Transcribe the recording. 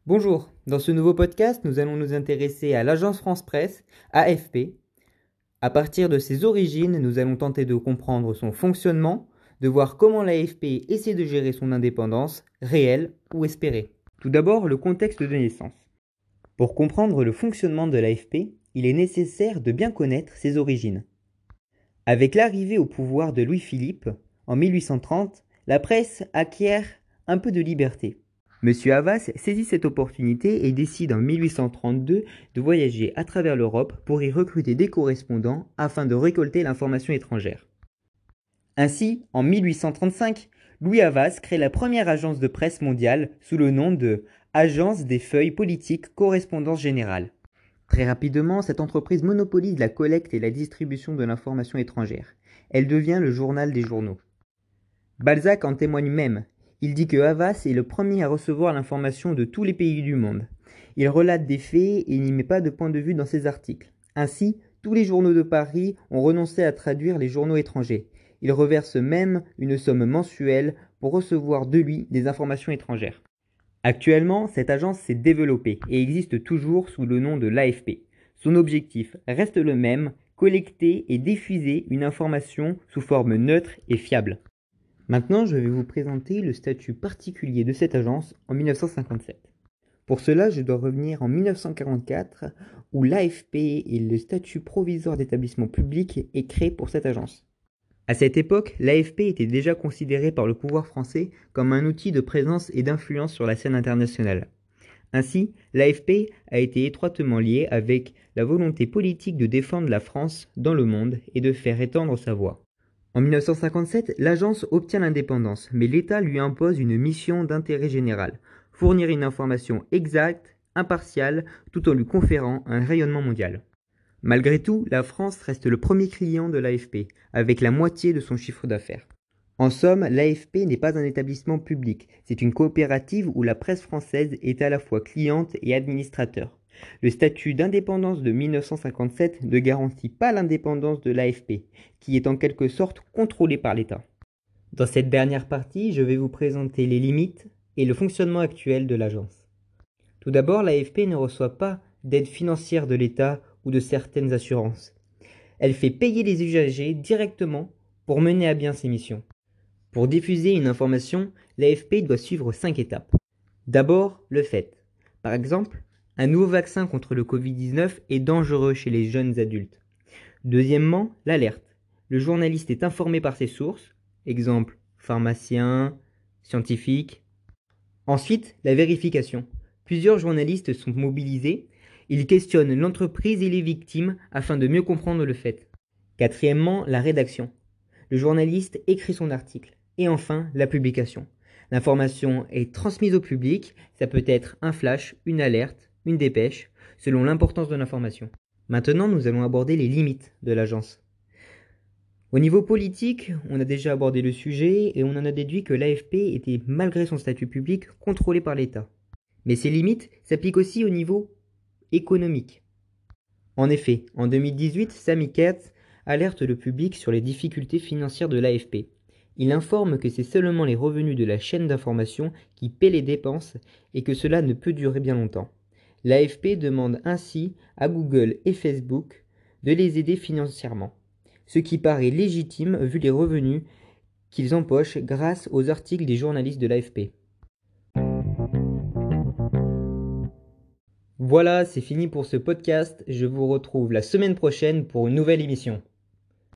Bonjour, dans ce nouveau podcast, nous allons nous intéresser à l'Agence France-Presse, AFP. À partir de ses origines, nous allons tenter de comprendre son fonctionnement, de voir comment l'AFP essaie de gérer son indépendance, réelle ou espérée. Tout d'abord, le contexte de naissance. Pour comprendre le fonctionnement de l'AFP, il est nécessaire de bien connaître ses origines. Avec l'arrivée au pouvoir de Louis-Philippe, en 1830, la presse acquiert un peu de liberté. Monsieur Havas saisit cette opportunité et décide en 1832 de voyager à travers l'Europe pour y recruter des correspondants afin de récolter l'information étrangère. Ainsi, en 1835, Louis Havas crée la première agence de presse mondiale sous le nom de Agence des feuilles politiques Correspondance Générale. Très rapidement, cette entreprise monopolise la collecte et la distribution de l'information étrangère. Elle devient le journal des journaux. Balzac en témoigne même. Il dit que Havas est le premier à recevoir l'information de tous les pays du monde. Il relate des faits et n'y met pas de point de vue dans ses articles. Ainsi, tous les journaux de Paris ont renoncé à traduire les journaux étrangers. Il reverse même une somme mensuelle pour recevoir de lui des informations étrangères. Actuellement, cette agence s'est développée et existe toujours sous le nom de l'AFP. Son objectif reste le même, collecter et diffuser une information sous forme neutre et fiable. Maintenant, je vais vous présenter le statut particulier de cette agence en 1957. Pour cela, je dois revenir en 1944, où l'AFP et le statut provisoire d'établissement public est créé pour cette agence. À cette époque, l'AFP était déjà considéré par le pouvoir français comme un outil de présence et d'influence sur la scène internationale. Ainsi, l'AFP a été étroitement liée avec la volonté politique de défendre la France dans le monde et de faire étendre sa voix. En 1957, l'agence obtient l'indépendance, mais l'État lui impose une mission d'intérêt général, fournir une information exacte, impartiale, tout en lui conférant un rayonnement mondial. Malgré tout, la France reste le premier client de l'AFP, avec la moitié de son chiffre d'affaires. En somme, l'AFP n'est pas un établissement public, c'est une coopérative où la presse française est à la fois cliente et administrateur. Le statut d'indépendance de 1957 ne garantit pas l'indépendance de l'AFP, qui est en quelque sorte contrôlée par l'État. Dans cette dernière partie, je vais vous présenter les limites et le fonctionnement actuel de l'agence. Tout d'abord, l'AFP ne reçoit pas d'aide financière de l'État ou de certaines assurances. Elle fait payer les usagers directement pour mener à bien ses missions. Pour diffuser une information, l'AFP doit suivre 5 étapes. D'abord, le fait. Par exemple, un nouveau vaccin contre le Covid-19 est dangereux chez les jeunes adultes. Deuxièmement, l'alerte. Le journaliste est informé par ses sources, exemple pharmacien, scientifique. Ensuite, la vérification. Plusieurs journalistes sont mobilisés. Ils questionnent l'entreprise et les victimes afin de mieux comprendre le fait. Quatrièmement, la rédaction. Le journaliste écrit son article. Et enfin, la publication. L'information est transmise au public, ça peut être un flash, une alerte, une dépêche, selon l'importance de l'information. Maintenant, nous allons aborder les limites de l'agence. Au niveau politique, on a déjà abordé le sujet et on en a déduit que l'AFP était, malgré son statut public, contrôlé par l'État. Mais ces limites s'appliquent aussi au niveau économique. En effet, en 2018, Sami Katz alerte le public sur les difficultés financières de l'AFP. Il informe que c'est seulement les revenus de la chaîne d'information qui paient les dépenses et que cela ne peut durer bien longtemps. L'AFP demande ainsi à Google et Facebook de les aider financièrement, ce qui paraît légitime vu les revenus qu'ils empochent grâce aux articles des journalistes de l'AFP. Voilà, c'est fini pour ce podcast. Je vous retrouve la semaine prochaine pour une nouvelle émission.